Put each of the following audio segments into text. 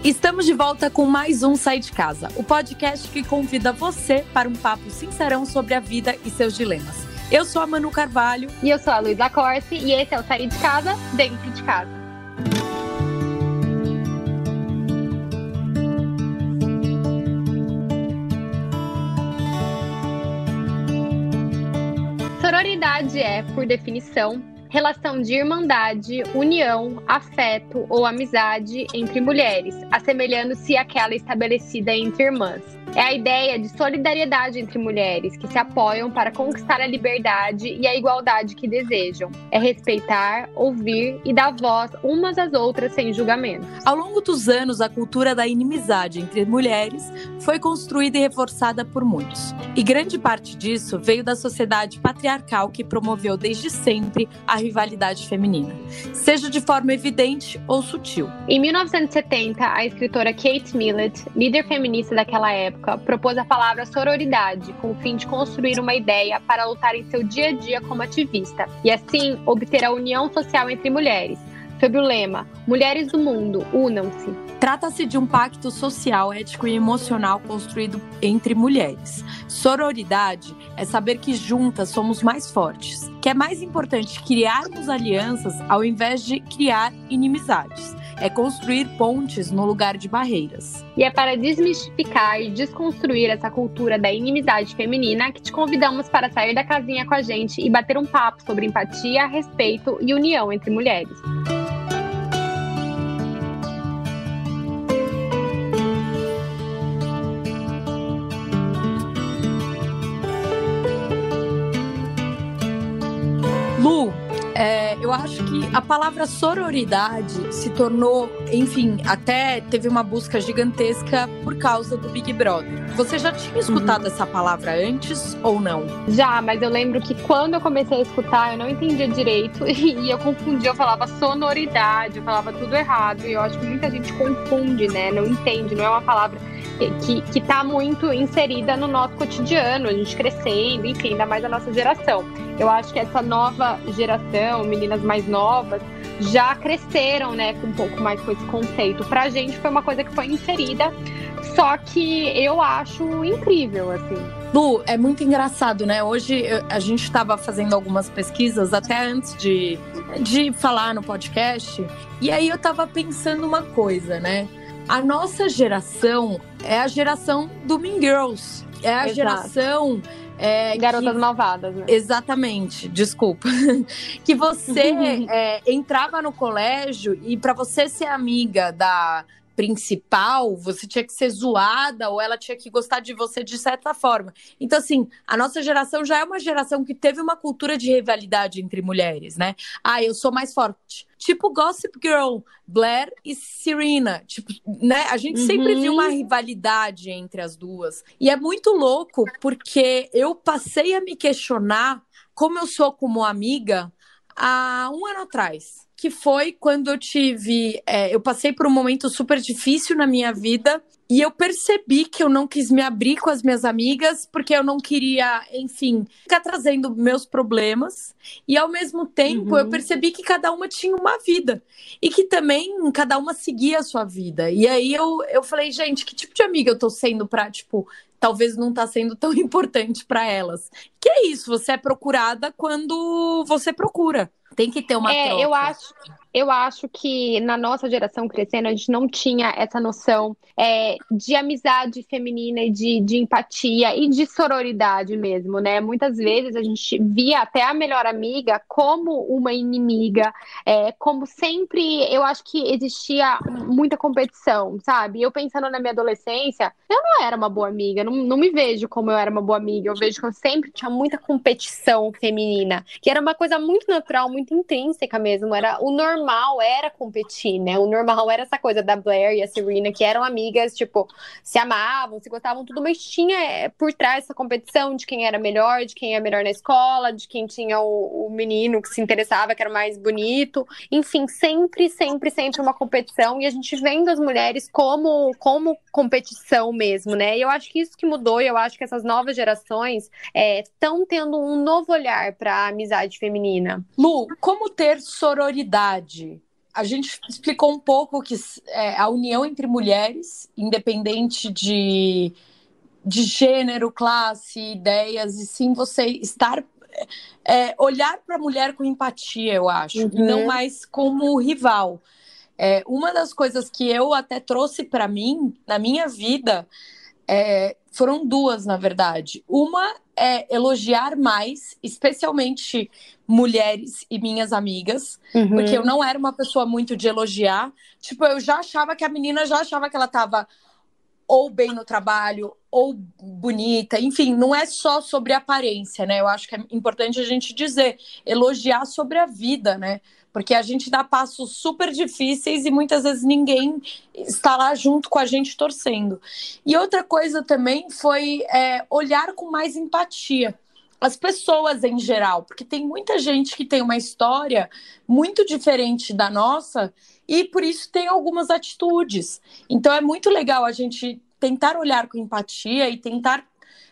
Estamos de volta com mais um Sai de Casa, o podcast que convida você para um papo sincerão sobre a vida e seus dilemas. Eu sou a Manu Carvalho. E eu sou a Luísa Corsi, e esse é o Sair de Casa, dentro de casa. Sororidade é, por definição, relação de irmandade, união, afeto ou amizade entre mulheres, assemelhando-se àquela estabelecida entre irmãs. É a ideia de solidariedade entre mulheres que se apoiam para conquistar a liberdade e a igualdade que desejam. É respeitar, ouvir e dar voz umas às outras sem julgamento. Ao longo dos anos, a cultura da inimizade entre mulheres foi construída e reforçada por muitos. E grande parte disso veio da sociedade patriarcal que promoveu desde sempre a rivalidade feminina, seja de forma evidente ou sutil. Em 1970, a escritora Kate Millett, líder feminista daquela época, propôs a palavra sororidade com o fim de construir uma ideia para lutar em seu dia a dia como ativista e assim obter a união social entre mulheres, sob o lema Mulheres do Mundo, unam-se. Trata-se de um pacto social, ético e emocional construído entre mulheres. Sororidade é saber que juntas somos mais fortes, que é mais importante criarmos alianças ao invés de criar inimizades. É construir pontes no lugar de barreiras. E é para desmistificar e desconstruir essa cultura da inimizade feminina que te convidamos para sair da casinha com a gente e bater um papo sobre empatia, respeito e união entre mulheres. Lu, eu acho que a palavra sororidade se tornou, enfim, até teve uma busca gigantesca por causa do Big Brother. Você já tinha escutado essa palavra antes ou não? Já, mas eu lembro que quando eu comecei a escutar, eu não entendia direito e eu confundia, eu falava sonoridade, eu falava tudo errado. E eu acho que muita gente confunde, né? Não entende, não é uma palavra que tá muito inserida no nosso cotidiano, a gente crescendo, enfim, ainda mais a nossa geração. Eu acho que essa nova geração, meninas mais novas, já cresceram, né, com um pouco mais com esse conceito. Pra gente foi uma coisa que foi inserida, só que eu acho incrível, assim. Lu, é muito engraçado, né? Hoje a gente estava fazendo algumas pesquisas, até antes de falar no podcast, e aí eu tava pensando uma coisa, né? A nossa geração é a geração do Mean Girls. É a geração... Garotas malvadas, né? Exatamente, desculpa. Que você entrava no colégio e para você ser amiga da principal, você tinha que ser zoada ou ela tinha que gostar de você de certa forma. Então, assim, a nossa geração já é uma geração que teve uma cultura de rivalidade entre mulheres, né? Ah, eu sou mais forte. Tipo Gossip Girl, Blair e Serena. Tipo, né? A gente sempre viu uma rivalidade entre as duas. E é muito louco porque eu passei a me questionar como eu sou como amiga há um ano atrás. Que foi quando eu tive... eu passei por um momento super difícil na minha vida e eu percebi que eu não quis me abrir com as minhas amigas porque eu não queria, enfim, ficar trazendo meus problemas. E ao mesmo tempo eu percebi que cada uma tinha uma vida e que também cada uma seguia a sua vida. E aí eu falei, gente, que tipo de amiga eu tô sendo pra, tipo... talvez não tá sendo tão importante pra elas. Que é isso, você é procurada quando você procura. Tem que ter uma troca. Eu acho que na nossa geração crescendo, a gente não tinha essa noção de amizade feminina e de empatia e de sororidade mesmo, né? Muitas vezes a gente via até a melhor amiga como uma inimiga, como sempre, eu acho que existia muita competição, sabe? Eu pensando na minha adolescência, eu não era uma boa amiga, não me vejo como eu era uma boa amiga, eu vejo que eu sempre tinha muita competição feminina, que era uma coisa muito natural, muito intrínseca mesmo, era o normal era competir, né? O normal era essa coisa da Blair e a Serena, que eram amigas, tipo, se amavam, se gostavam, tudo, mas tinha por trás essa competição de quem era melhor, de quem era melhor na escola, de quem tinha o menino que se interessava, que era mais bonito. Enfim, sempre uma competição, e a gente vendo as mulheres como competição mesmo, né? E eu acho que isso que mudou, e eu acho que essas novas gerações estão tendo um novo olhar para a amizade feminina. Lu, como ter sororidade? a gente explicou um pouco que a união entre mulheres, independente de gênero, classe, ideias, e sim você estar olhar para a mulher com empatia, eu acho, e não mais como rival. Uma das coisas que eu até trouxe para mim, na minha vida, foram duas, na verdade. Uma é elogiar mais, especialmente mulheres e minhas amigas, porque eu não era uma pessoa muito de elogiar. Tipo, eu já achava que a menina já achava que ela estava ou bem no trabalho, ou bonita, enfim, não é só sobre aparência, né? Eu acho que é importante a gente dizer, elogiar sobre a vida, né? Porque a gente dá passos super difíceis e muitas vezes ninguém está lá junto com a gente torcendo. E outra coisa também foi olhar com mais empatia as pessoas em geral, porque tem muita gente que tem uma história muito diferente da nossa e por isso tem algumas atitudes. Então é muito legal a gente tentar olhar com empatia e tentar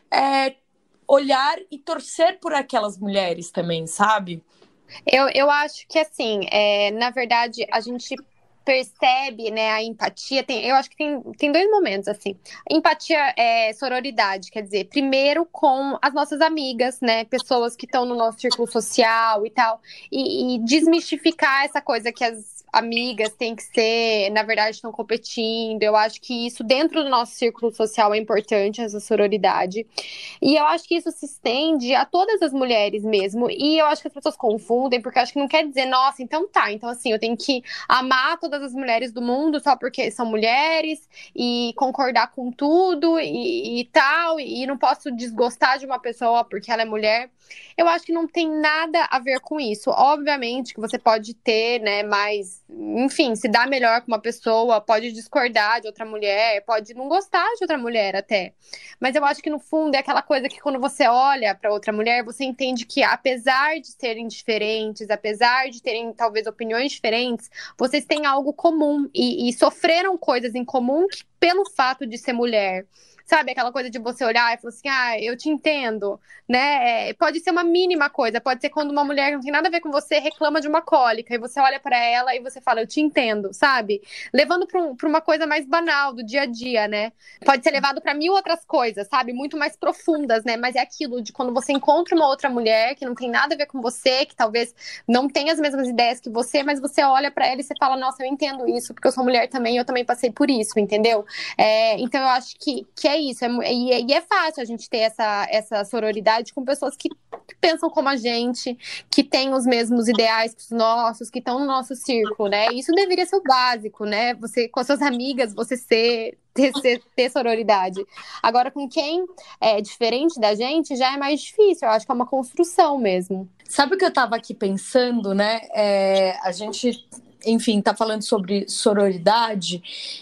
olhar e torcer por aquelas mulheres também, sabe? Eu acho que, assim, na verdade, a gente percebe, né, a empatia. Eu acho que tem dois momentos, assim. Empatia é sororidade, quer dizer, primeiro com as nossas amigas, né, pessoas que estão no nosso círculo social e tal, e desmistificar essa coisa que as amigas têm que ser, na verdade, estão competindo. Eu acho que isso dentro do nosso círculo social é importante, essa sororidade. E eu acho que isso se estende a todas as mulheres mesmo. E eu acho que as pessoas confundem, porque eu acho que não quer dizer, nossa, então tá. Então, assim, eu tenho que amar todas as mulheres do mundo só porque são mulheres e concordar com tudo e tal. E não posso desgostar de uma pessoa porque ela é mulher. Eu acho que não tem nada a ver com isso. Obviamente que você pode ter, né, mais, enfim, se dar melhor com uma pessoa, pode discordar de outra mulher, pode não gostar de outra mulher até. Mas eu acho que no fundo é aquela coisa que quando você olha para outra mulher, você entende que apesar de serem diferentes, apesar de terem talvez opiniões diferentes, vocês têm algo comum e sofreram coisas em comum que, pelo fato de ser mulher. Sabe, aquela coisa de você olhar e falar assim, eu te entendo, né? Pode ser uma mínima coisa, pode ser quando uma mulher que não tem nada a ver com você reclama de uma cólica e você olha para ela e você fala, eu te entendo, sabe? Levando para uma coisa mais banal do dia a dia, né? Pode ser levado para mil outras coisas, sabe? Muito mais profundas, né? Mas é aquilo de quando você encontra uma outra mulher que não tem nada a ver com você, que talvez não tenha as mesmas ideias que você, mas você olha para ela e você fala, nossa, eu entendo isso, porque eu sou mulher também, eu também passei por isso, entendeu? Então eu acho que é isso, e é fácil a gente ter essa sororidade com pessoas que pensam como a gente, que têm os mesmos ideais que os nossos, que estão no nosso círculo, né? Isso deveria ser o básico, né? Você, com as suas amigas, ter sororidade. Agora, com quem é diferente da gente, já é mais difícil. Eu acho que é uma construção mesmo. Sabe o que eu tava aqui pensando, né? A gente, enfim, tá falando sobre sororidade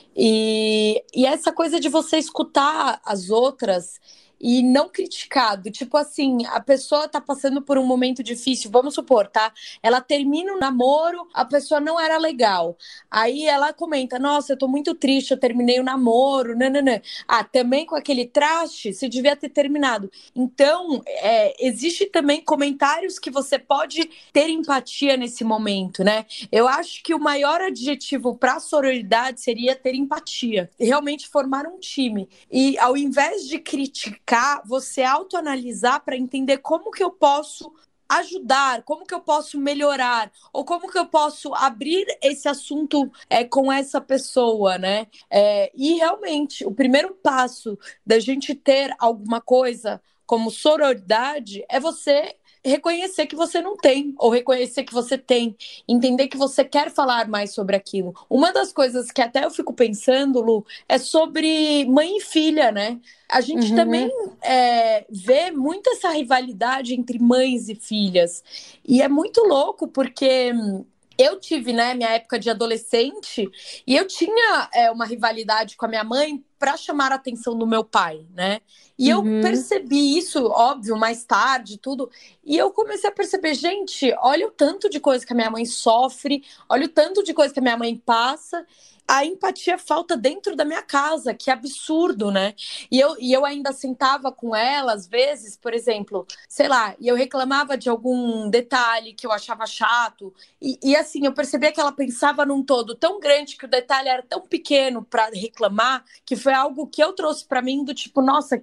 e essa coisa de você escutar as outras e não criticado. Tipo assim, a pessoa tá passando por um momento difícil, vamos supor, tá? Ela termina o namoro, a pessoa não era legal. Aí ela comenta, nossa, eu tô muito triste, eu terminei o namoro, nananã. Também com aquele traste, você devia ter terminado. Então, existe também comentários que você pode ter empatia nesse momento, né? Eu acho que o maior adjetivo para sororidade seria ter empatia. Realmente formar um time. E ao invés de criticar, você autoanalisar para entender como que eu posso ajudar, como que eu posso melhorar, ou como que eu posso abrir esse assunto com essa pessoa, né? E realmente, o primeiro passo da gente ter alguma coisa como sororidade é você reconhecer que você não tem, ou reconhecer que você tem, entender que você quer falar mais sobre aquilo. Uma das coisas que até eu fico pensando, Lu, é sobre mãe e filha, né? A gente também vê muito essa rivalidade entre mães e filhas. E é muito louco, porque eu tive, né, minha época de adolescente, e eu tinha uma rivalidade com a minha mãe para chamar a atenção do meu pai, né? E eu Uhum. percebi isso, óbvio, mais tarde, tudo. E eu comecei a perceber, gente, olha o tanto de coisa que a minha mãe sofre, olha o tanto de coisa que a minha mãe passa. A empatia falta dentro da minha casa, que absurdo, né? E eu ainda sentava com ela, às vezes, por exemplo, sei lá, e eu reclamava de algum detalhe que eu achava chato. E assim, eu percebia que ela pensava num todo tão grande que o detalhe era tão pequeno para reclamar, que foi algo que eu trouxe para mim do tipo, nossa,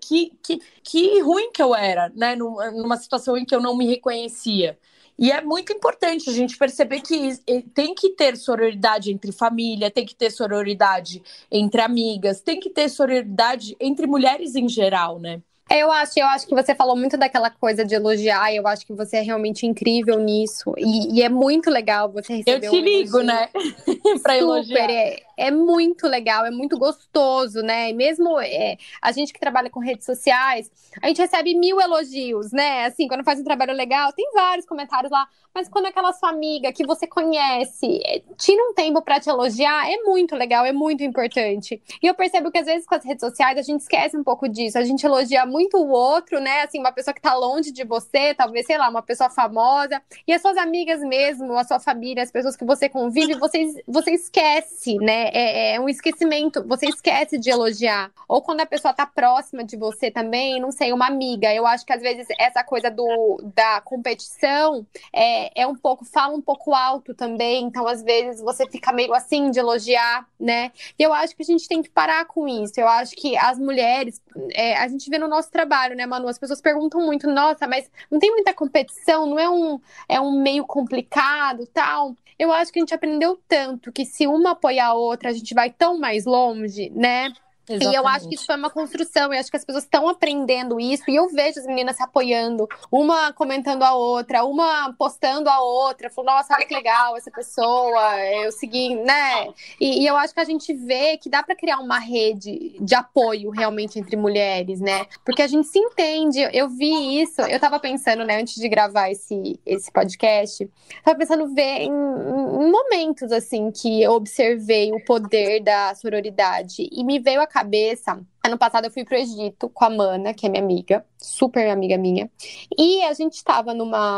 que ruim que eu era, né? Numa situação em que eu não me reconhecia. E é muito importante a gente perceber que tem que ter sororidade entre família, tem que ter sororidade entre amigas, tem que ter sororidade entre mulheres em geral, né? Eu acho que você falou muito daquela coisa de elogiar, eu acho que você é realmente incrível nisso. E é muito legal você Eu receber te um ligo, elogio. né? Para Super, elogiar. é muito legal, é muito gostoso, né? E mesmo a gente que trabalha com redes sociais, a gente recebe 1000 elogios, né? Assim, quando faz um trabalho legal, tem vários comentários lá, mas quando aquela sua amiga que você conhece tira um tempo pra te elogiar, é muito legal, é muito importante. E eu percebo que às vezes com as redes sociais a gente esquece um pouco disso, a gente elogia muito o outro, né? Assim, uma pessoa que tá longe de você, talvez, sei lá, uma pessoa famosa, e as suas amigas mesmo, a sua família, as pessoas que você convive, você esquece, né? É um esquecimento, você esquece de elogiar. Ou quando a pessoa tá próxima de você também, não sei, uma amiga. Eu acho que às vezes essa coisa da competição fala um pouco alto também, então às vezes você fica meio assim de elogiar, né? E eu acho que a gente tem que parar com isso. Eu acho que as mulheres, a gente vê no nosso trabalho, né, Manu? As pessoas perguntam muito, nossa, mas não tem muita competição, não é um meio complicado, tal. Eu acho que a gente aprendeu tanto que se uma apoiar a outra, a gente vai tão mais longe, né? E eu acho que isso Exatamente. foi uma construção, eu acho que as pessoas estão aprendendo isso, e eu vejo as meninas se apoiando, uma comentando a outra, uma postando a outra, falando, nossa, olha que legal essa pessoa, eu segui, né? E eu acho que a gente vê que dá para criar uma rede de apoio realmente entre mulheres, né? Porque a gente se entende, eu vi isso, eu tava pensando, né, antes de gravar esse podcast, tava pensando ver em momentos assim que eu observei o poder da sororidade e me veio à cabeça. Ano passado eu fui pro Egito com a Mana, que é minha amiga, super amiga minha, e a gente estava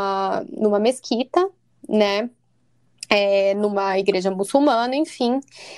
numa mesquita, né? Numa igreja muçulmana, enfim.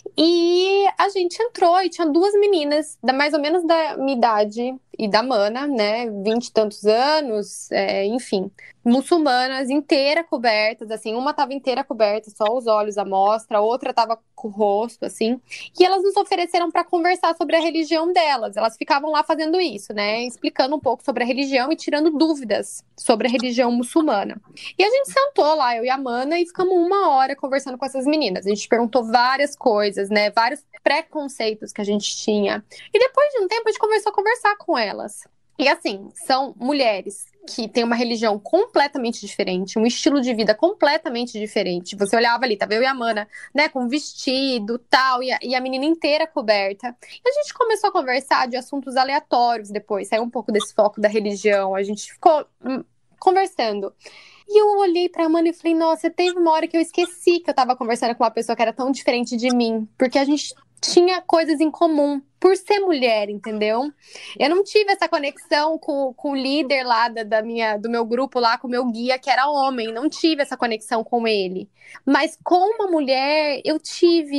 E a gente entrou e tinha duas meninas, mais ou menos da minha idade e da Mana, né? 20 e tantos anos, enfim. Muçulmanas, inteira cobertas, assim. Uma tava inteira coberta, só os olhos à mostra, a outra tava com o rosto, assim. E elas nos ofereceram para conversar sobre a religião delas. Elas ficavam lá fazendo isso, né? Explicando um pouco sobre a religião e tirando dúvidas sobre a religião muçulmana. E a gente sentou lá, eu e a Mana, e ficamos uma hora conversando com essas meninas. A gente perguntou várias coisas, né? Vários preconceitos que a gente tinha. E depois de um tempo, a gente começou a conversar com elas. E assim, são mulheres que têm uma religião completamente diferente, um estilo de vida completamente diferente. Você olhava ali, tava eu e a Mana, né, com vestido, tal, e a menina inteira coberta. E a gente começou a conversar de assuntos aleatórios depois, saiu um pouco desse foco da religião, a gente ficou conversando. E eu olhei pra Amanda e falei, nossa, teve uma hora que eu esqueci que eu tava conversando com uma pessoa que era tão diferente de mim, porque a gente tinha coisas em comum, por ser mulher, entendeu? Eu não tive essa conexão com o líder lá do meu grupo lá, com o meu guia, que era homem, não tive essa conexão com ele. Mas com uma mulher, eu tive,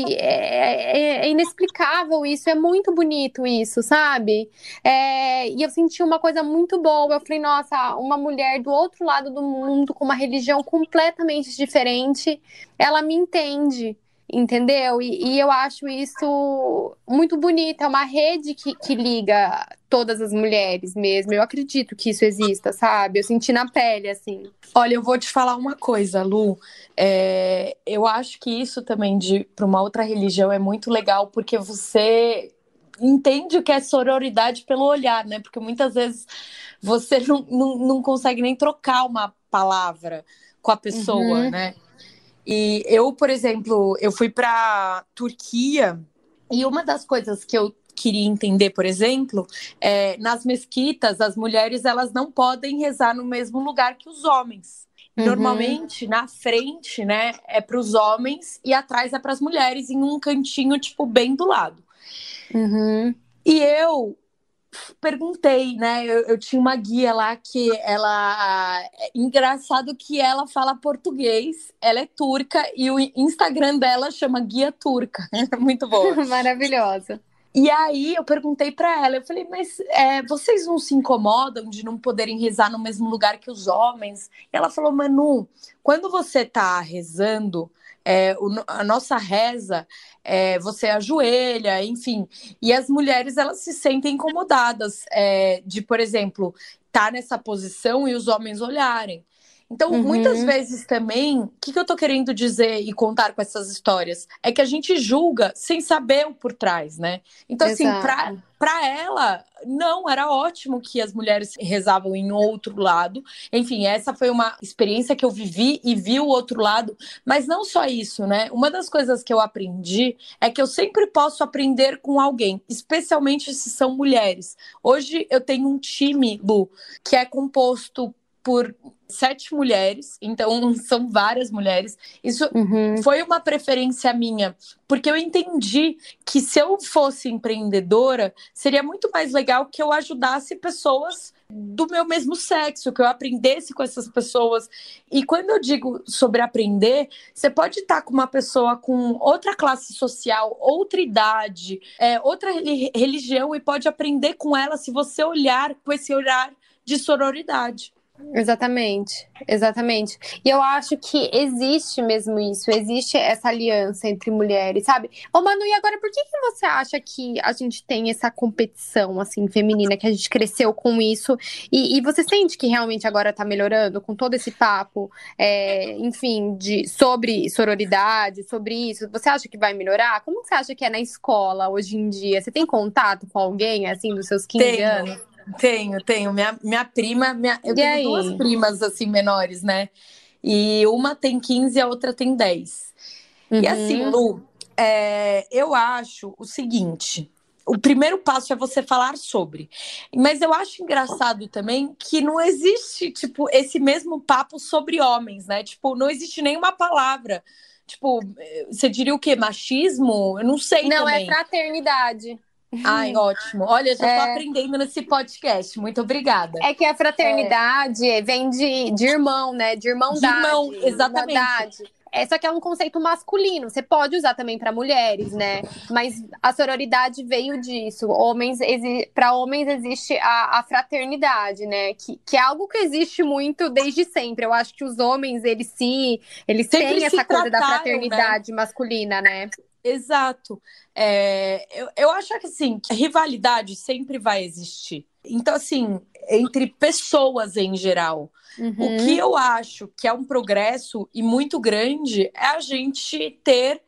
é inexplicável isso, é muito bonito isso, sabe? E eu senti uma coisa muito boa. Eu falei, nossa, uma mulher do outro lado do mundo, com uma religião completamente diferente, ela me entende, entendeu? E eu acho isso muito bonito. É uma rede que liga todas as mulheres mesmo. Eu acredito que isso exista, sabe? Eu senti na pele, assim. Olha, eu vou te falar uma coisa, Lu. Eu acho que isso também para uma outra religião é muito legal, porque você entende o que é sororidade pelo olhar, né? Porque muitas vezes você não consegue nem trocar uma palavra com a pessoa, Uhum. né? E eu, por exemplo, eu fui para Turquia e uma das coisas que eu queria entender, por exemplo, nas mesquitas, as mulheres elas não podem rezar no mesmo lugar que os homens. Uhum. Normalmente, na frente, né, é para os homens e atrás é para as mulheres, em um cantinho, tipo, bem do lado. Uhum. E eu perguntei, né? Eu tinha uma guia lá que ela. Engraçado que ela fala português, ela é turca e o Instagram dela chama Guia Turca. Muito boa. Maravilhosa. E aí eu perguntei para ela, eu falei, mas vocês não se incomodam de não poderem rezar no mesmo lugar que os homens? E ela falou, Manu, quando você tá rezando, a nossa reza, você ajoelha, enfim, e as mulheres elas se sentem incomodadas de, por exemplo, estar nessa posição e os homens olharem. Então, muitas vezes também, o que eu tô querendo dizer e contar com essas histórias? É que a gente julga sem saber o por trás, né? Então, assim, Exato. pra ela, não, era ótimo que as mulheres rezavam em outro lado. Enfim, essa foi uma experiência que eu vivi e vi o outro lado. Mas não só isso, né? Uma das coisas que eu aprendi é que eu sempre posso aprender com alguém, especialmente se são mulheres. Hoje eu tenho um time, Lu, que é composto por 7 mulheres, então são várias mulheres. Isso foi uma preferência minha, porque eu entendi que se eu fosse empreendedora, seria muito mais legal que eu ajudasse pessoas do meu mesmo sexo, que eu aprendesse com essas pessoas. E quando eu digo sobre aprender, você pode estar com uma pessoa com outra classe social, outra idade, outra religião, e pode aprender com ela se você olhar com esse olhar de sororidade. Exatamente, exatamente. E eu acho que existe mesmo isso, existe essa aliança entre mulheres, sabe? Ô Manu, e agora por que você acha que a gente tem essa competição, assim, feminina, que a gente cresceu com isso? E você sente que realmente agora tá melhorando com todo esse papo, enfim, sobre sororidade, sobre isso? Você acha que vai melhorar? Como você acha que é na escola hoje em dia? Você tem contato com alguém, assim, dos seus 15 anos? Tenho. Minha prima, eu tenho duas aí? primas, assim, menores, né? E uma tem 15 e a outra tem 10. E assim, Lu, eu acho o seguinte: o primeiro passo é você falar sobre. Mas eu acho engraçado também que não existe, tipo, esse mesmo papo sobre homens, né? Tipo, não existe nenhuma palavra. Tipo, você diria o quê? Machismo? Eu não sei Não, é também. fraternidade. Ai, ótimo. Olha, já tô aprendendo nesse podcast. Muito obrigada. É que a fraternidade vem de irmão, né? De De irmandade, irmão, exatamente. irmandade. Só que é um conceito masculino. Você pode usar também para mulheres, né? Mas a sororidade veio disso. Para homens existe a fraternidade, né? Que é algo que existe muito desde sempre. Eu acho que os homens, eles Sempre têm se essa coisa da trataram, né? fraternidade masculina, né? Exato. Eu acho que, assim, que a rivalidade sempre vai existir. Então, assim, entre pessoas em geral. O que eu acho que é um progresso e muito grande é a gente ter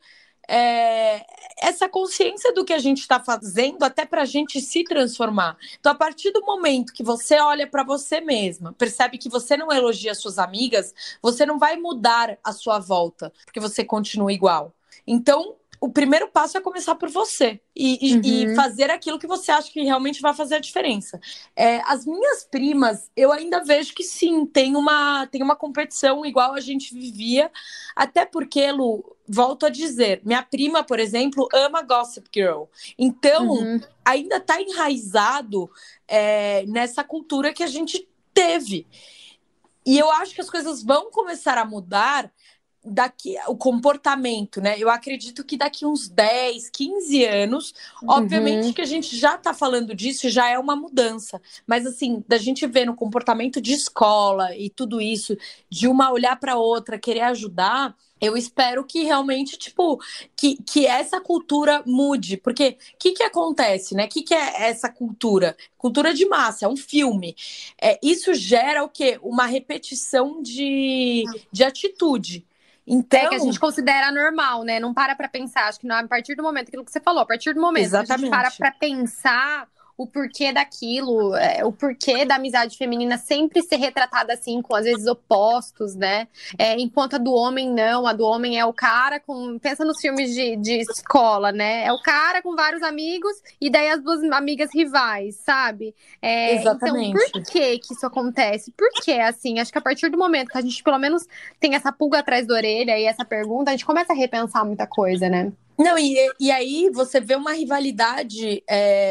essa consciência do que a gente está fazendo até para a gente se transformar. Então, a partir do momento que você olha para você mesma, percebe que você não elogia suas amigas, você não vai mudar a sua volta, porque você continua igual. Então, o primeiro passo é começar por você e fazer aquilo que você acha que realmente vai fazer a diferença. As minhas primas, eu ainda vejo que sim, tem uma competição igual a gente vivia, até porque, Lu, volto a dizer, minha prima, por exemplo, ama Gossip Girl. Então, ainda está enraizado nessa cultura que a gente teve. E eu acho que as coisas vão começar a mudar o comportamento, né? Eu acredito que daqui uns 10, 15 anos, obviamente que a gente já tá falando disso, já é uma mudança. Mas assim, da gente ver no comportamento de escola e tudo isso, de uma olhar para outra, querer ajudar, eu espero que realmente, tipo, que essa cultura mude. Porque o que acontece, né? O que é essa cultura? Cultura de massa, é um filme. Isso gera o quê? Uma repetição de atitude. Então, Que a gente considera normal, né? Não para pra pensar. Acho que a partir do momento, aquilo que você falou, a partir do momento que a gente para pra pensar o porquê daquilo, o porquê da amizade feminina sempre ser retratada assim, com às vezes opostos, né? Enquanto a do homem não, a do homem é o cara com. Pensa nos filmes de escola, né? É o cara com vários amigos e daí as duas amigas rivais, sabe? Então, por que isso acontece? Por que assim? Acho que a partir do momento que a gente, pelo menos, tem essa pulga atrás da orelha e essa pergunta, a gente começa a repensar muita coisa, né? Não, e aí você vê uma rivalidade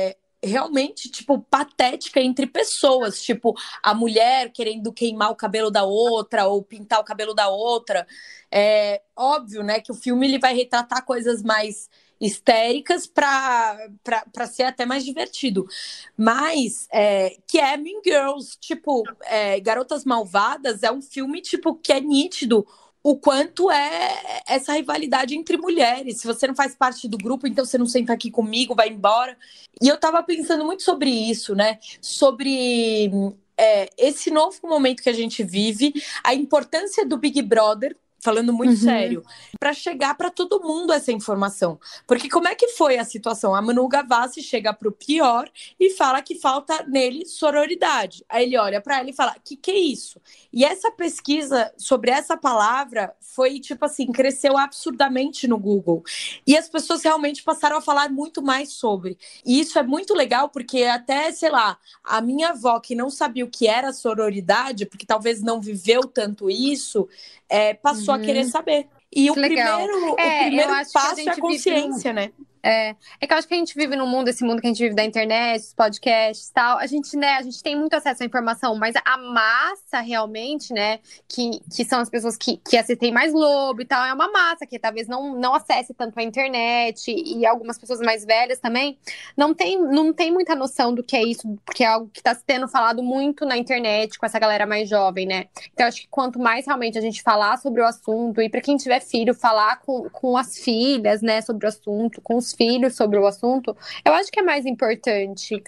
realmente, tipo, patética entre pessoas. Tipo, a mulher querendo queimar o cabelo da outra ou pintar o cabelo da outra. É óbvio, né, que o filme ele vai retratar coisas mais histéricas para ser até mais divertido. Mas, que é Mean Girls, tipo, Garotas Malvadas é um filme, tipo, que é nítido o quanto é essa rivalidade entre mulheres. Se você não faz parte do grupo, então você não senta aqui comigo, vai embora. E eu tava pensando muito sobre isso, né? Sobre esse novo momento que a gente vive, a importância do Big Brother, falando muito sério, para chegar para todo mundo essa informação. Porque como é que foi a situação? A Manu Gavassi chega pro Prior e fala que falta nele sororidade. Aí ele olha para ela e fala: que é isso? E essa pesquisa sobre essa palavra foi, tipo assim, cresceu absurdamente no Google. E as pessoas realmente passaram a falar muito mais sobre. E isso é muito legal, porque até, sei lá, a minha avó, que não sabia o que era sororidade, porque talvez não viveu tanto isso, passou a querer saber. E o Que legal. primeiro Eu acho que a passo é a gente vive consciência, né? que eu acho que a gente vive num mundo, esse mundo que a gente vive da internet, os podcasts e tal, a gente, né, a gente tem muito acesso à informação, mas a massa realmente, né, que são as pessoas que assistem mais Globo e tal, é uma massa que talvez não acesse tanto a internet, e algumas pessoas mais velhas também não tem muita noção do que é isso, porque é algo que está sendo falado muito na internet com essa galera mais jovem, né? Então eu acho que quanto mais realmente a gente falar sobre o assunto, e para quem tiver filho, falar com as filhas, né, sobre o assunto, com os filhos sobre o assunto, eu acho que é mais importante,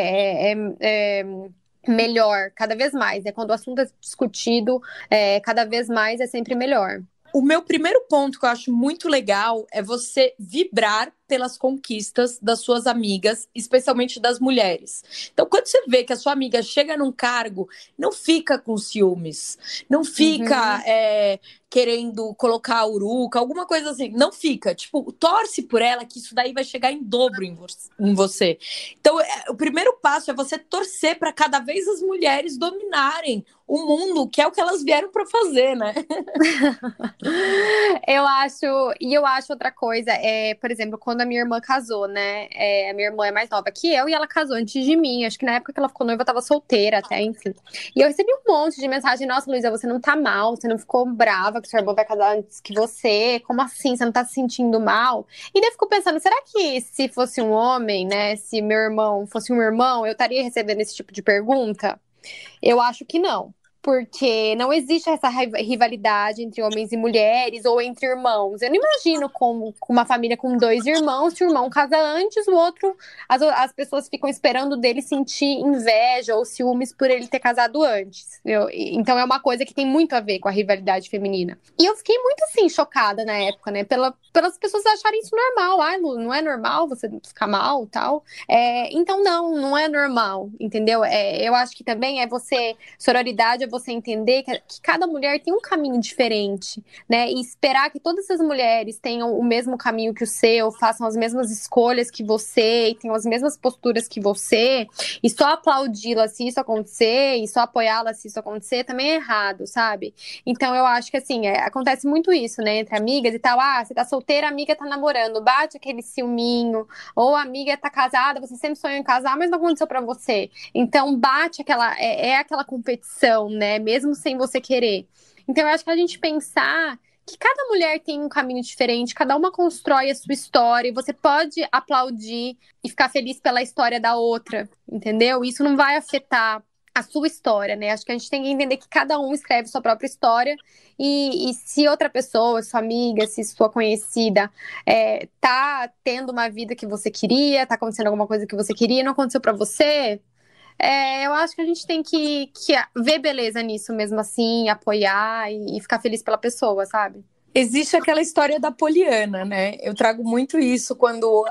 melhor, cada vez mais, né? Quando o assunto é discutido, cada vez mais é sempre melhor. O meu primeiro ponto que eu acho muito legal é você vibrar pelas conquistas das suas amigas, especialmente das mulheres. Então, quando você vê que a sua amiga chega num cargo, não fica com ciúmes, não fica querendo colocar a uruca, alguma coisa assim, não fica. Tipo, torce por ela, que isso daí vai chegar em dobro em você. Então, o primeiro passo é você torcer para cada vez as mulheres dominarem o mundo, que é o que elas vieram para fazer, né? Eu acho outra coisa, por exemplo, quando a minha irmã casou, né? A minha irmã é mais nova que eu e ela casou antes de mim. Acho que na época que ela ficou noiva, eu tava solteira até, enfim. E eu recebi um monte de mensagem: nossa, Luísa, você não tá mal, você não ficou brava que sua irmã vai casar antes que você? Como assim? Você não tá se sentindo mal? E daí eu fico pensando, será que se fosse um homem, né? Se meu irmão fosse um irmão, eu estaria recebendo esse tipo de pergunta? Eu acho que não. Porque não existe essa rivalidade entre homens e mulheres ou entre irmãos. Eu não imagino com uma família com 2 irmãos, se o irmão casa antes, o outro, as pessoas ficam esperando dele sentir inveja ou ciúmes por ele ter casado antes. Então é uma coisa que tem muito a ver com a rivalidade feminina. E eu fiquei muito assim, chocada na época, né? Pelas pessoas acharem isso normal. Ah, Lu, não é normal você ficar mal e tal. Então não é normal, entendeu? Eu acho que também sororidade é você entender que cada mulher tem um caminho diferente, né? E esperar que todas as mulheres tenham o mesmo caminho que o seu, façam as mesmas escolhas que você, e tenham as mesmas posturas que você, e só aplaudi-la se isso acontecer, e só apoiá-la se isso acontecer, também é errado, sabe? Então eu acho que assim, acontece muito isso, né? Entre amigas e tal. Ah, você tá solteira, a amiga tá namorando, bate aquele ciúminho, ou a amiga tá casada, você sempre sonhou em casar, mas não aconteceu pra você. Então bate aquela competição, né? Mesmo sem você querer. Então eu acho que a gente pensar que cada mulher tem um caminho diferente, cada uma constrói a sua história, e você pode aplaudir e ficar feliz pela história da outra, entendeu? Isso não vai afetar a sua história, né? Acho que a gente tem que entender que cada um escreve sua própria história, e se outra pessoa, sua amiga, se sua conhecida tá tendo uma vida que você queria, tá acontecendo alguma coisa que você queria e não aconteceu pra você, eu acho que a gente tem que ver beleza nisso mesmo assim, apoiar e ficar feliz pela pessoa, sabe? Existe aquela história da Poliana, né? Eu trago muito isso quando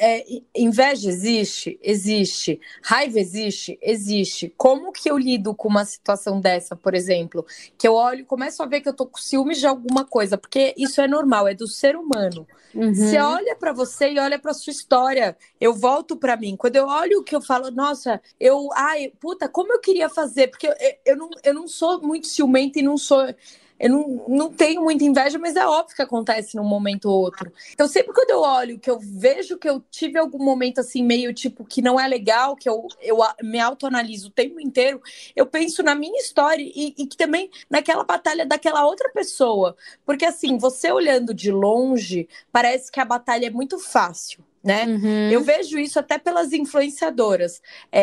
inveja existe, existe. Raiva existe, existe. Como que eu lido com uma situação dessa, por exemplo? Que eu olho, começo a ver que eu tô com ciúmes de alguma coisa, porque isso é normal, é do ser humano. Você olha para você e olha para sua história. Eu volto para mim. Quando eu olho o que eu falo, nossa, puta, como eu queria fazer? Porque eu não sou muito ciumenta e não sou Eu não tenho muita inveja, mas é óbvio que acontece num momento ou outro. Então, sempre quando eu olho, que eu vejo que eu tive algum momento assim, meio tipo, que não é legal, que eu me autoanaliso o tempo inteiro, eu penso na minha história e que também naquela batalha daquela outra pessoa. Porque assim, você olhando de longe, parece que a batalha é muito fácil, né? Eu Uhum. vejo isso até pelas influenciadoras.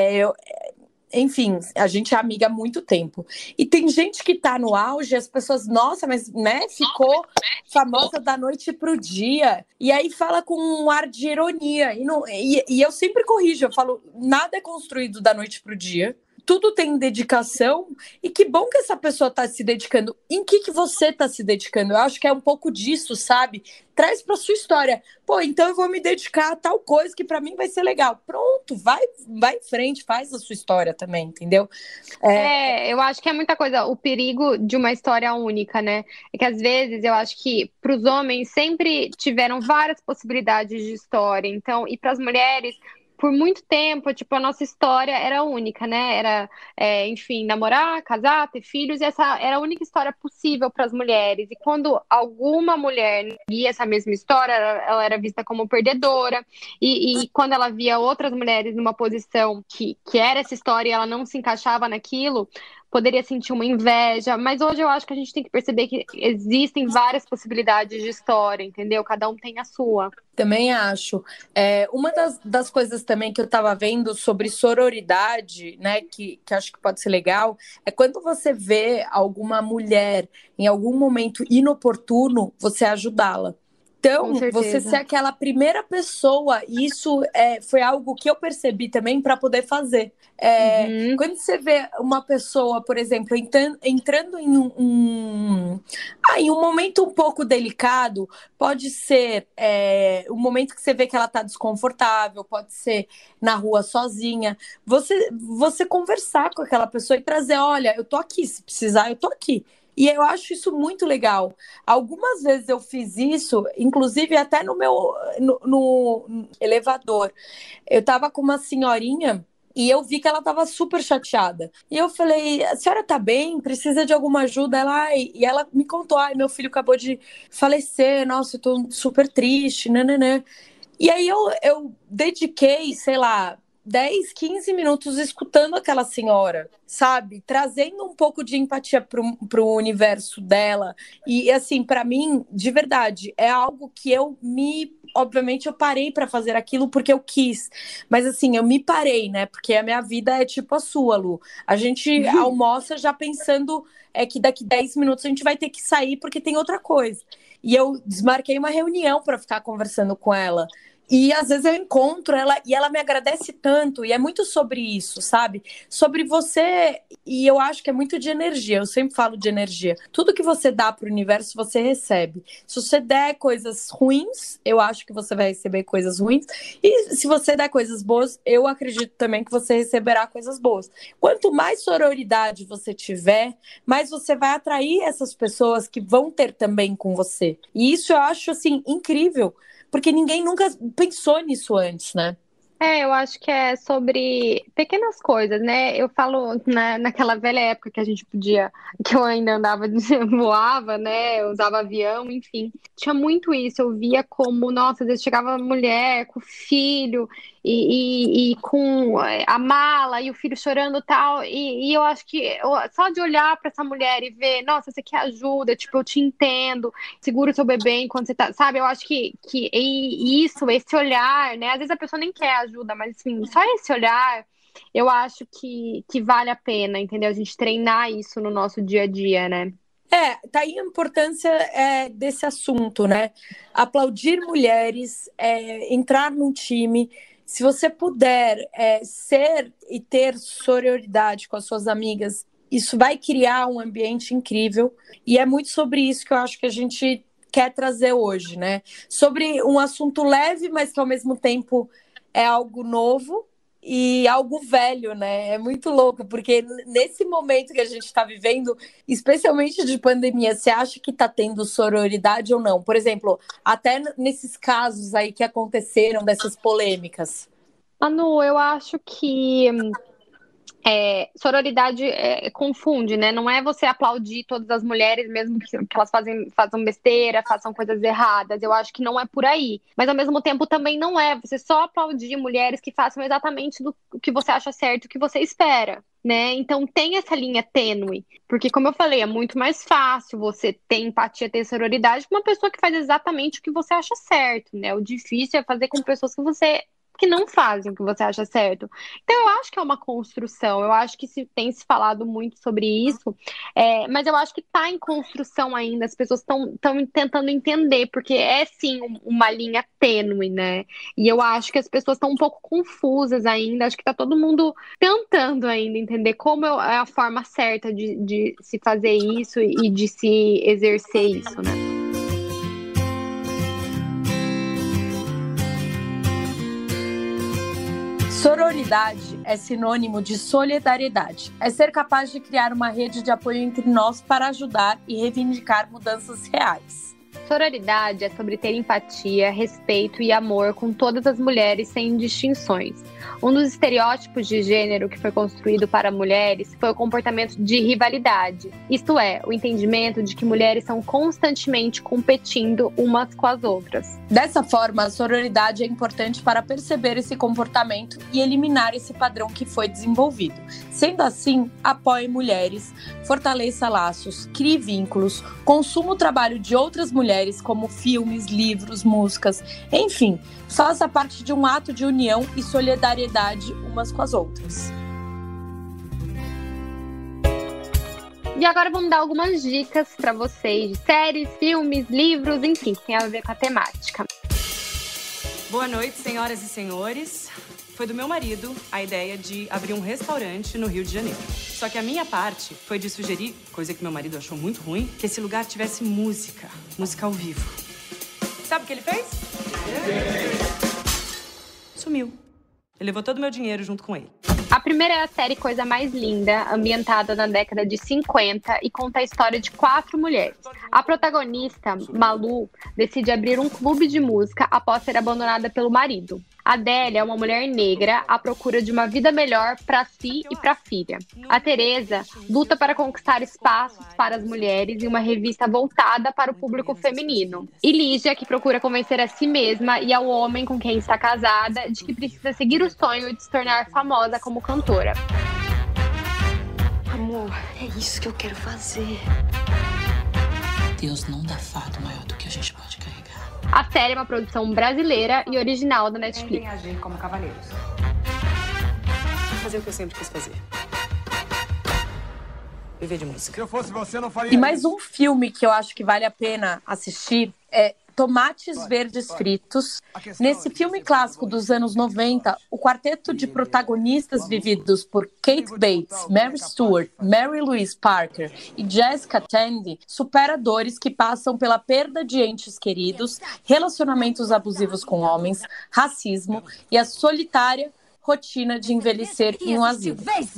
Enfim, a gente é amiga há muito tempo. E tem gente que tá no auge, as pessoas, nossa, mas né, ficou famosa da noite pro dia. E aí fala com um ar de ironia. E eu sempre corrijo, eu falo, nada é construído da noite pro dia. Tudo tem dedicação, e que bom que essa pessoa está se dedicando. Em que você está se dedicando? Eu acho que é um pouco disso, sabe? Traz para sua história. Pô, então eu vou me dedicar a tal coisa que para mim vai ser legal. Pronto, vai em frente, faz a sua história também, entendeu? Eu acho que é muita coisa. O perigo de uma história única, né? É que às vezes eu acho que para os homens sempre tiveram várias possibilidades de história. Então, e para as mulheres, por muito tempo, tipo, a nossa história era única, né? Era, enfim, namorar, casar, ter filhos, e essa era a única história possível para as mulheres. E quando alguma mulher via essa mesma história, ela era vista como perdedora. E quando ela via outras mulheres numa posição que era essa história e ela não se encaixava naquilo, poderia sentir uma inveja. Mas hoje eu acho que a gente tem que perceber que existem várias possibilidades de história, entendeu? Cada um tem a sua. Também acho. Uma das coisas também que eu estava vendo sobre sororidade, né, que acho que pode ser legal, é quando você vê alguma mulher em algum momento inoportuno, você ajudá-la. Com Então, você ser certeza. aquela primeira pessoa, isso foi algo que eu percebi também para poder fazer. Uhum. Quando você vê uma pessoa, por exemplo, entrando em um momento um pouco delicado, pode ser um momento que você vê que ela está desconfortável, pode ser na rua sozinha. Você conversar com aquela pessoa e trazer, olha, eu tô aqui, se precisar, eu tô aqui. E eu acho isso muito legal. Algumas vezes eu fiz isso, inclusive até no elevador. Eu estava com uma senhorinha e eu vi que ela estava super chateada. E eu falei, a senhora tá bem? Precisa de alguma ajuda? E ela me contou, ai, meu filho acabou de falecer, nossa, eu tô super triste, né. E aí eu dediquei, sei lá, 10, 15 minutos escutando aquela senhora, sabe? Trazendo um pouco de empatia pro universo dela. E assim, para mim, de verdade, é algo que obviamente eu parei para fazer aquilo porque eu quis. Mas assim, eu me parei, né? Porque a minha vida é tipo a sua, Lu. A gente almoça já pensando que daqui 10 minutos a gente vai ter que sair porque tem outra coisa. E eu desmarquei uma reunião para ficar conversando com ela. E às vezes eu encontro ela e ela me agradece tanto, e é muito sobre isso, sabe? Sobre você, e eu acho que é muito de energia, eu sempre falo de energia. Tudo que você dá para o universo, você recebe. Se você der coisas ruins, eu acho que você vai receber coisas ruins, e se você der coisas boas, eu acredito também que você receberá coisas boas. Quanto mais sororidade você tiver, mais você vai atrair essas pessoas que vão ter também com você. E isso eu acho, assim, incrível. Porque ninguém nunca pensou nisso antes, né? Eu acho que é sobre pequenas coisas, né? Eu falo naquela velha época que a gente podia, que eu ainda andava, voava, né? Eu usava avião, enfim. Tinha muito isso. Eu via como, nossa, às vezes chegava mulher com o filho e com a mala e o filho chorando e tal. E eu acho que só de olhar para essa mulher e ver, nossa, você quer ajuda, tipo, eu te entendo, segura o seu bebê enquanto você tá, sabe? Eu acho que isso, esse olhar, né? Às vezes a pessoa nem quer ajuda, mas assim, só esse olhar, eu acho que vale a pena, entendeu? A gente treinar isso no nosso dia a dia, né? Tá aí a importância desse assunto, né? Aplaudir mulheres, entrar num time. Se você puder ser e ter sororidade com as suas amigas, isso vai criar um ambiente incrível. E é muito sobre isso que eu acho que a gente quer trazer hoje, né? Sobre um assunto leve, mas que ao mesmo tempo é algo novo e algo velho, né? É muito louco, porque nesse momento que a gente está vivendo, especialmente de pandemia, você acha que está tendo sororidade ou não? Por exemplo, até nesses casos aí que aconteceram, dessas polêmicas. Manu, eu acho que Sororidade confunde, né? Não é você aplaudir todas as mulheres, mesmo que elas façam besteira, façam coisas erradas. Eu acho que não é por aí. Mas, ao mesmo tempo, também não é você só aplaudir mulheres que façam exatamente o que você acha certo, o que você espera, né? Então, tem essa linha tênue. Porque, como eu falei, é muito mais fácil você ter empatia, ter sororidade com uma pessoa que faz exatamente o que você acha certo, né? O difícil é fazer com pessoas que não fazem o que você acha certo. Então, eu acho que é uma construção. Eu acho que tem se falado muito sobre isso, mas eu acho que está em construção ainda. As pessoas estão tentando entender, porque é sim uma linha tênue, né? E eu acho que as pessoas estão um pouco confusas ainda. Acho que está todo mundo tentando ainda entender como é a forma certa de se fazer isso e de se exercer isso, né? Sororidade é sinônimo de solidariedade. É ser capaz de criar uma rede de apoio entre nós para ajudar e reivindicar mudanças reais. Sororidade é sobre ter empatia, respeito e amor com todas as mulheres sem distinções. Um dos estereótipos de gênero que foi construído para mulheres foi o comportamento de rivalidade, isto é, o entendimento de que mulheres são constantemente competindo umas com as outras. Dessa forma, a sororidade é importante para perceber esse comportamento e eliminar esse padrão que foi desenvolvido. Sendo assim, apoie mulheres, fortaleça laços, crie vínculos, consuma o trabalho de outras mulheres como filmes, livros, músicas, enfim, faça parte de um ato de união e solidariedade umas com as outras. E agora vamos dar algumas dicas para vocês de séries, filmes, livros, enfim, que tem a ver com a temática. Boa noite, senhoras e senhores. Foi do meu marido a ideia de abrir um restaurante no Rio de Janeiro. Só que a minha parte foi de sugerir, coisa que meu marido achou muito ruim, que esse lugar tivesse música ao vivo. Sabe o que ele fez? Sumiu. Ele levou todo o meu dinheiro junto com ele. A primeira é a série Coisa Mais Linda, ambientada na década de 50 e conta a história de 4 mulheres. A protagonista, Malu, decide abrir um clube de música após ser abandonada pelo marido. Adélia é uma mulher negra à procura de uma vida melhor para si e para a filha. A Teresa luta para conquistar espaços para as mulheres em uma revista voltada para o público feminino. E Lígia, que procura convencer a si mesma e ao homem com quem está casada de que precisa seguir o sonho de se tornar famosa como cantora. Amor, é isso que eu quero fazer. Deus não dá fardo maior do que a gente pode carregar. A série é uma produção brasileira e original da Netflix. Tentem agir como cavaleiros. Fazer o que eu sempre quis fazer. Viver de música. Se eu fosse você, não faria. E mais um filme que eu acho que vale a pena assistir é Tomates Verdes Fritos. Nesse filme clássico dos anos 90, o quarteto de protagonistas vividos por Kate Bates, Mary Stuart, Mary Louise Parker e Jessica Tandy supera dores que passam pela perda de entes queridos, relacionamentos abusivos com homens, racismo e a solitária rotina de envelhecer em um asilo.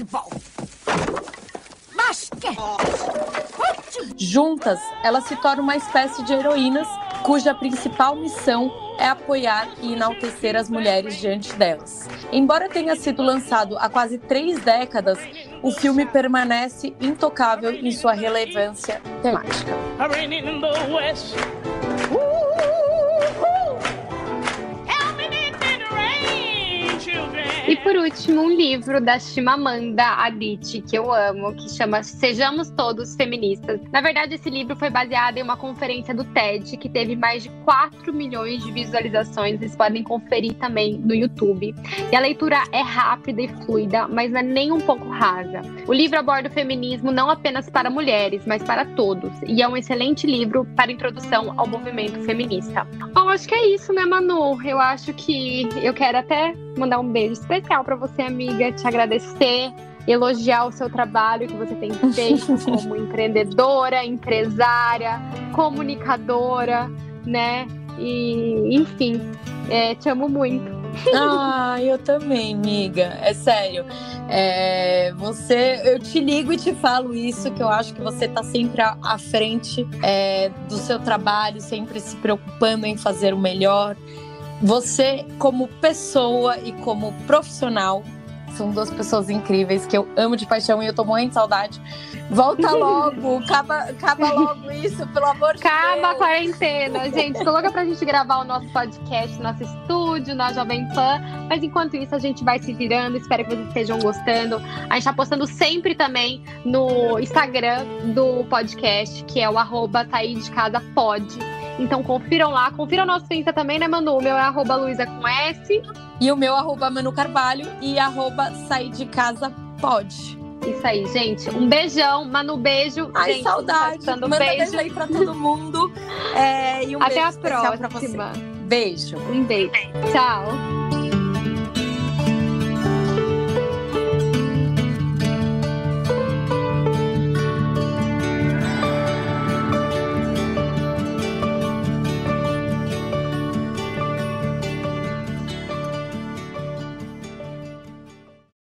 Juntas, elas se tornam uma espécie de heroínas cuja principal missão é apoiar e enaltecer as mulheres diante delas. Embora tenha sido lançado há quase 3 décadas, o filme permanece intocável em sua relevância temática. E por último, um livro da Chimamanda Adichie, que eu amo, que chama Sejamos Todos Feministas. Na verdade, esse livro foi baseado em uma conferência do TED, que teve mais de 4 milhões de visualizações. Vocês podem conferir também no YouTube. E a leitura é rápida e fluida, mas não é nem um pouco rasa. O livro aborda o feminismo não apenas para mulheres, mas para todos. E é um excelente livro para introdução ao movimento feminista. Bom, acho que é isso, né, Manu? Eu acho que eu quero até mandar um beijo especial para você, amiga, te agradecer, elogiar o seu trabalho que você tem feito como empreendedora, empresária, comunicadora, né? E, enfim, te amo muito. Ah, eu também, amiga. É sério. Eu te ligo e te falo isso, que eu acho que você tá sempre à frente do seu trabalho, sempre se preocupando em fazer o melhor. Você, como pessoa e como profissional, são duas pessoas incríveis que eu amo de paixão e eu tô morrendo de saudade. Volta logo, acaba logo isso, pelo amor de Deus. Acaba a quarentena, gente. Coloca pra gente gravar o nosso podcast, nosso estúdio, na Jovem Pan. Mas enquanto isso, a gente vai se virando. Espero que vocês estejam gostando. A gente tá postando sempre também no Instagram do podcast, que é o @saídecasapod. Então confiram lá. Confira o nosso Insta também, né, Manu? O meu é @Luiza com S. E o meu @Manu Carvalho e @saídecasapod. Isso aí, gente. Um beijão. Manu, beijo. Ai, gente, saudade. Tá Manda beijo aí pra todo mundo. E um Até beijo a especial pra você. próxima. Beijo. Um beijo. Tchau.